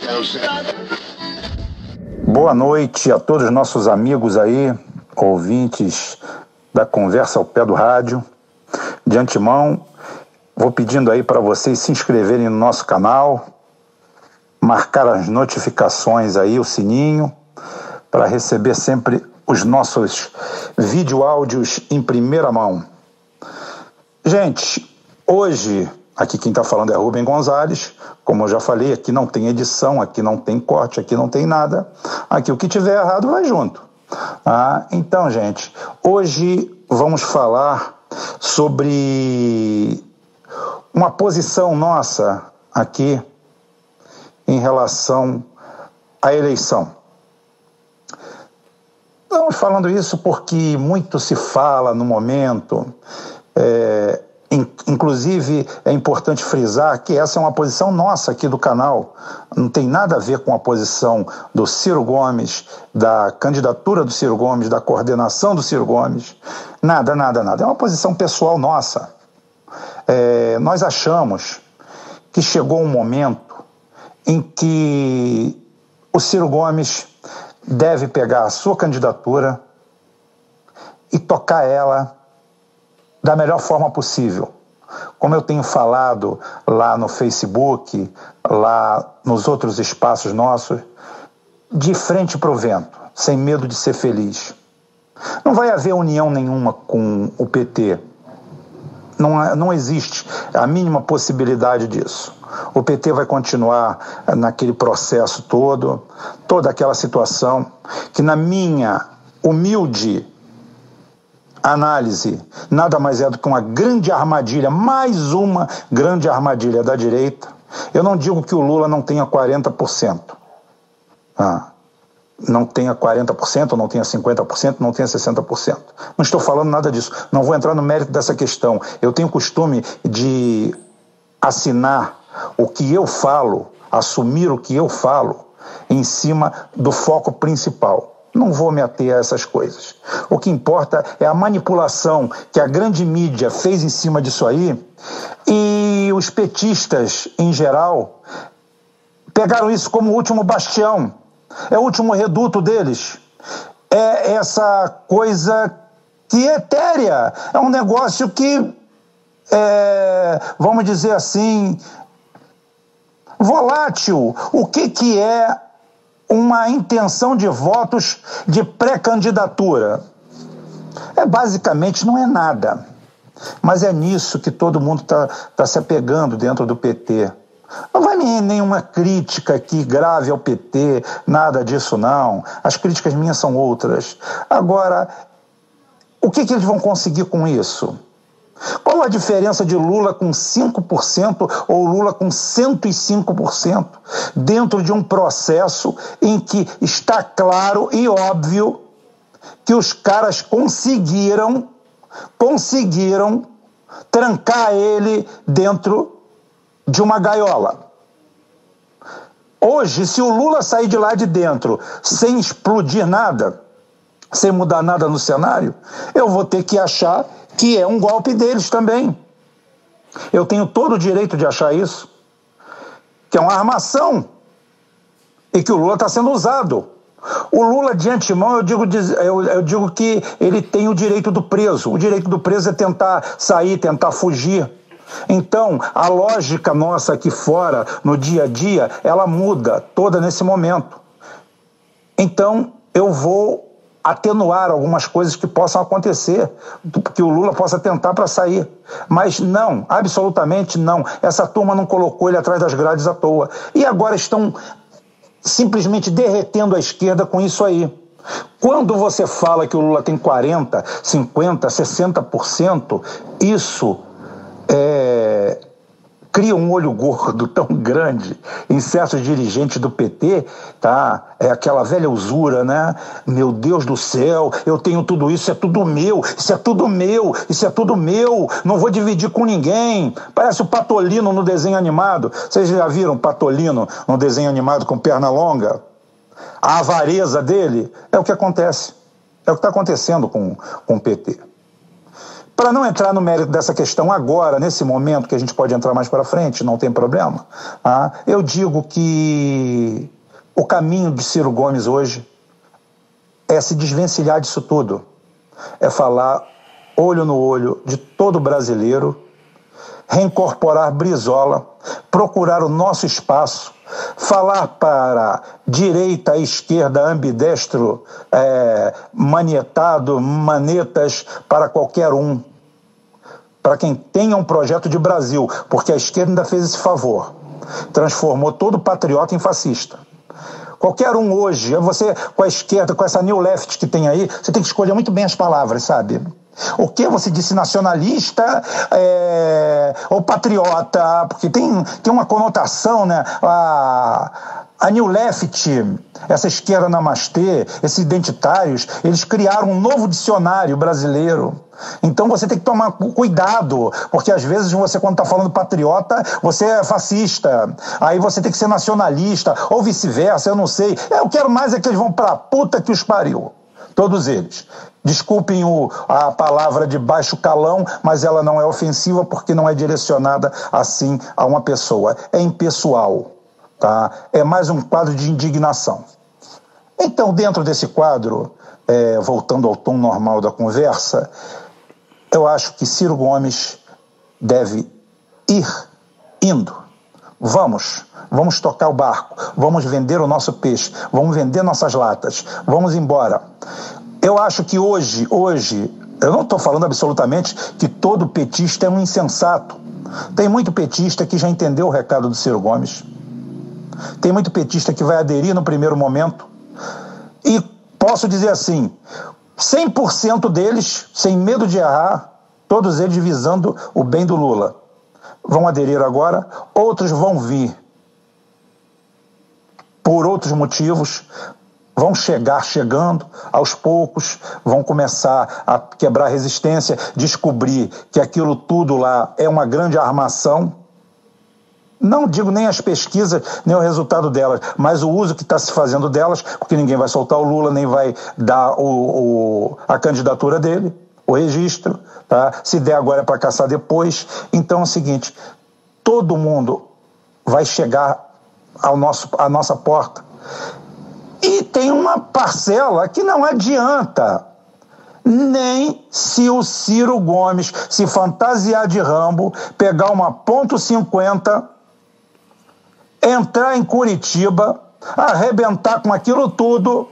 Boa noite a todos os nossos amigos aí, ouvintes da Conversa ao Pé do Rádio. De antemão, vou pedindo aí para vocês se inscreverem no nosso canal, marcar as notificações aí, o sininho, para receber sempre os nossos vídeo-áudios em primeira mão. Gente, hoje, aqui quem está falando é Rubem Gonzalez. Como eu já falei, aqui não tem edição, aqui não tem corte, aqui não tem nada. Aqui o que tiver errado vai junto. Então, gente, hoje vamos falar sobre uma posição nossa aqui em relação à eleição. Estamos falando isso porque muito se fala no momento, inclusive é importante frisar que essa é uma posição nossa aqui do canal, não tem nada a ver com a posição do Ciro Gomes, da candidatura do Ciro Gomes, da coordenação do Ciro Gomes, nada, é uma posição pessoal nossa. Nós achamos que chegou um momento em que o Ciro Gomes deve pegar a sua candidatura e tocar ela da melhor forma possível. Como eu tenho falado lá no Facebook, lá nos outros espaços nossos, de frente para o vento, sem medo de ser feliz. Não vai haver união nenhuma com o PT. Não existe a mínima possibilidade disso. O PT vai continuar naquele processo todo, toda aquela situação que, na minha humilde análise, nada mais é do que uma grande armadilha, mais uma grande armadilha da direita. Eu não digo que o Lula não tenha 40%. Não tenha 40%, não tenha 50%, não tenha 60%. Não estou falando nada disso. Não vou entrar no mérito dessa questão. Eu tenho costume de assinar o que eu falo, assumir o que eu falo em cima do foco principal. Não vou me ater a essas coisas. O que importa é a manipulação que a grande mídia fez em cima disso aí, e os petistas, em geral, pegaram isso como o último bastião. É o último reduto deles. É essa coisa que é etérea. É um negócio que, vamos dizer assim, volátil. O que é uma intenção de votos de pré-candidatura? Basicamente não é nada. Mas é nisso que todo mundo tá se apegando dentro do PT. Não vai nenhuma crítica aqui grave ao PT, nada disso não. As críticas minhas são outras. Agora, o que eles vão conseguir com isso? Qual a diferença de Lula com 5% ou Lula com 105% dentro de um processo em que está claro e óbvio que os caras conseguiram trancar ele dentro de uma gaiola? Hoje, se o Lula sair de lá de dentro sem explodir nada, sem mudar nada no cenário, eu vou ter que achar que é um golpe deles também. Eu tenho todo o direito de achar isso, que é uma armação e que o Lula está sendo usado. O Lula, de antemão, eu digo que ele tem o direito do preso. O direito do preso é tentar sair, tentar fugir. Então, a lógica nossa aqui fora, no dia a dia, ela muda toda nesse momento. Então, eu vou atenuar algumas coisas que possam acontecer, que o Lula possa tentar para sair. Mas não, absolutamente não. Essa turma não colocou ele atrás das grades à toa. E agora estão simplesmente derretendo a esquerda com isso aí. Quando você fala que o Lula tem 40%, 50%, 60%, isso cria um olho gordo tão grande em certos dirigentes do PT, tá? É aquela velha usura, né? Meu Deus do céu, eu tenho tudo isso, é tudo meu, isso é tudo meu, isso é tudo meu, não vou dividir com ninguém. Parece o Patolino no desenho animado. Vocês já viram Patolino no desenho animado com perna longa? A avareza dele é o que acontece. É o que está acontecendo com o PT. Para não entrar no mérito dessa questão agora, nesse momento, que a gente pode entrar mais para frente, não tem problema, eu digo que o caminho de Ciro Gomes hoje é se desvencilhar disso tudo, é falar olho no olho de todo brasileiro, reincorporar Brizola, procurar o nosso espaço, falar para direita e esquerda, ambidestro, manietado, manetas para qualquer um, para quem tenha um projeto de Brasil, porque a esquerda ainda fez esse favor, transformou todo patriota em fascista. Qualquer um hoje, você com a esquerda, com essa new left que tem aí, você tem que escolher muito bem as palavras, sabe? O que você disse, nacionalista ou patriota, porque tem uma conotação, né? A New Left, essa esquerda namastê, esses identitários, eles criaram um novo dicionário brasileiro. Então você tem que tomar cuidado, porque às vezes você, quando está falando patriota, você é fascista, aí você tem que ser nacionalista, ou vice-versa, eu não sei. Eu quero mais é que eles vão pra puta que os pariu, todos eles. Desculpem a palavra de baixo calão, mas ela não é ofensiva porque não é direcionada assim a uma pessoa, é impessoal. Tá? É mais um quadro de indignação. Então, dentro desse quadro, voltando ao tom normal da conversa, eu acho que Ciro Gomes deve indo. Vamos tocar o barco, vamos vender o nosso peixe, vamos vender nossas latas, vamos embora. Eu acho que hoje, eu não estou falando absolutamente que todo petista é um insensato. Tem muito petista que já entendeu o recado do Ciro Gomes. Tem muito petista que vai aderir no primeiro momento. E posso dizer assim, 100% deles, sem medo de errar, todos eles visando o bem do Lula. Vão aderir agora, outros vão vir por outros motivos, vão chegando aos poucos, vão começar a quebrar resistência, descobrir que aquilo tudo lá é uma grande armação. Não digo nem as pesquisas, nem o resultado delas, mas o uso que está se fazendo delas, porque ninguém vai soltar o Lula, nem vai dar a candidatura dele, o registro, tá? Se der agora é para caçar depois. Então é o seguinte, todo mundo vai chegar à nossa porta. E tem uma parcela que não adianta, nem se o Ciro Gomes se fantasiar de Rambo, pegar uma .50, entrar em Curitiba, arrebentar com aquilo tudo,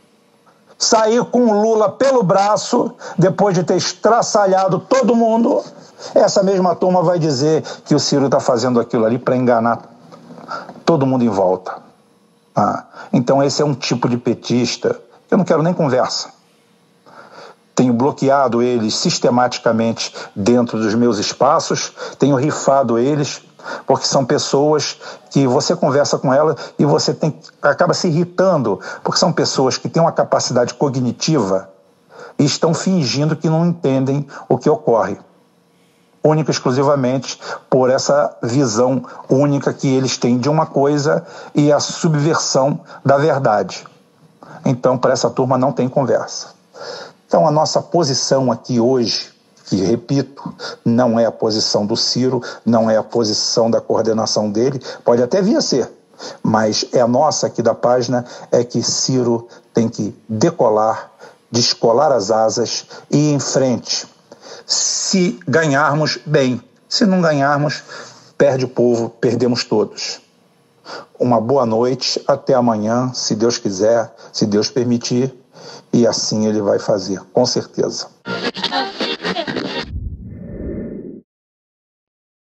sair com o Lula pelo braço, depois de ter estraçalhado todo mundo, essa mesma turma vai dizer que o Ciro está fazendo aquilo ali para enganar todo mundo em volta. Então esse é um tipo de petista que eu não quero nem conversa. Tenho bloqueado eles sistematicamente dentro dos meus espaços, tenho rifado eles, porque são pessoas que você conversa com elas e você acaba se irritando, porque são pessoas que têm uma capacidade cognitiva e estão fingindo que não entendem o que ocorre, única e exclusivamente por essa visão única que eles têm de uma coisa e a subversão da verdade. Então, para essa turma não tem conversa. Então, a nossa posição aqui hoje, que, repito, não é a posição do Ciro, não é a posição da coordenação dele, pode até vir a ser, mas é a nossa aqui da página, é que Ciro tem que decolar, descolar as asas e ir em frente. Se ganharmos, bem. Se não ganharmos, perde o povo, perdemos todos. Uma boa noite, até amanhã, se Deus quiser, se Deus permitir, e assim ele vai fazer, com certeza.